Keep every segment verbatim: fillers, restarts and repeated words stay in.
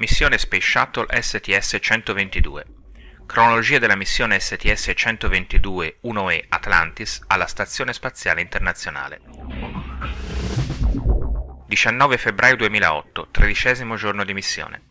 Missione Space Shuttle S T S centoventidue. Cronologia della missione S T S centoventidue uno E Atlantis alla Stazione Spaziale Internazionale. diciannove febbraio duemilaotto, tredicesimo giorno di missione.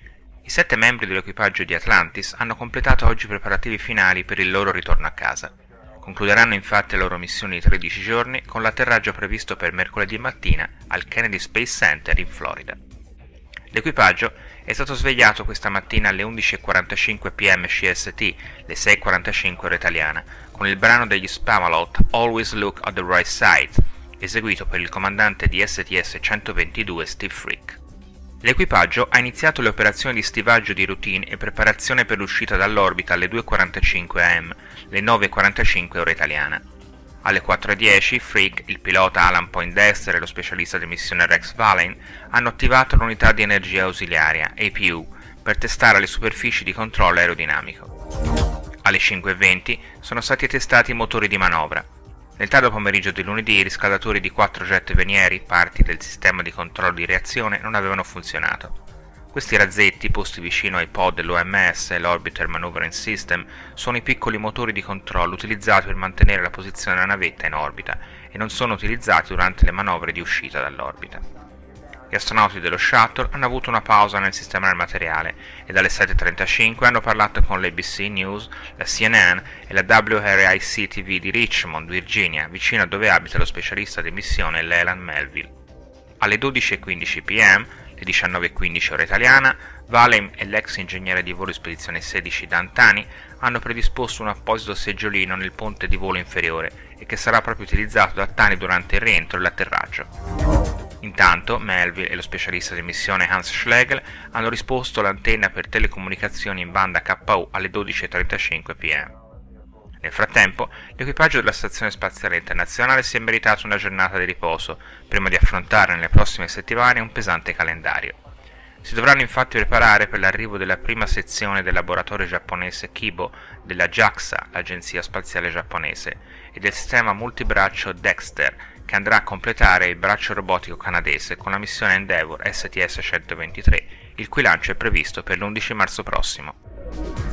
I sette membri dell'equipaggio di Atlantis hanno completato oggi i preparativi finali per il loro ritorno a casa. Concluderanno infatti le loro missioni di tredici giorni con l'atterraggio previsto per mercoledì mattina al Kennedy Space Center in Florida. L'equipaggio è stato svegliato questa mattina alle undici e quarantacinque p m C S T, le sei e quarantacinque ora italiana, con il brano degli Spamalot Always Look at the Right Side, eseguito per il comandante di S T S centoventidue Steve Frick. L'equipaggio ha iniziato le operazioni di stivaggio di routine e preparazione per l'uscita dall'orbita alle due e quarantacinque a m, le nove e quarantacinque ora italiana. Alle quattro e dieci, Frick, il pilota Alan Poindexter e lo specialista di missione Rex Valin hanno attivato l'unità di energia ausiliaria, A P U, per testare le superfici di controllo aerodinamico. Alle cinque e venti sono stati testati i motori di manovra. Nel tardo pomeriggio di lunedì i riscaldatori di quattro jet venieri, parti del sistema di controllo di reazione, non avevano funzionato. Questi razzetti, posti vicino ai pod dell'O M S, l'Orbiter Maneuvering System, sono i piccoli motori di controllo utilizzati per mantenere la posizione della navetta in orbita e non sono utilizzati durante le manovre di uscita dall'orbita. Gli astronauti dello shuttle hanno avuto una pausa nel sistema del materiale e dalle sette e trentacinque hanno parlato con l'A B C News, la C N N e la W R I C T V di Richmond, Virginia, vicino a dove abita lo specialista di missione Leland Melville. Alle dodici e quindici p m, le diciannove e quindici ora italiana, Valheim e l'ex ingegnere di volo spedizione sedici D'Antani hanno predisposto un apposito seggiolino nel ponte di volo inferiore e che sarà proprio utilizzato da Tani durante il rientro e l'atterraggio. Intanto Melville e lo specialista di missione Hans Schlegel hanno risposto all'antenna per telecomunicazioni in banda K U alle dodici e trentacinque p m. Nel frattempo, l'equipaggio della Stazione Spaziale Internazionale si è meritato una giornata di riposo, prima di affrontare nelle prossime settimane un pesante calendario. Si dovranno infatti preparare per l'arrivo della prima sezione del laboratorio giapponese Kibo della JAXA, l'agenzia spaziale giapponese, e del sistema multibraccio Dexter, che andrà a completare il braccio robotico canadese con la missione Endeavour S T S centoventitré, il cui lancio è previsto per l'undici marzo prossimo.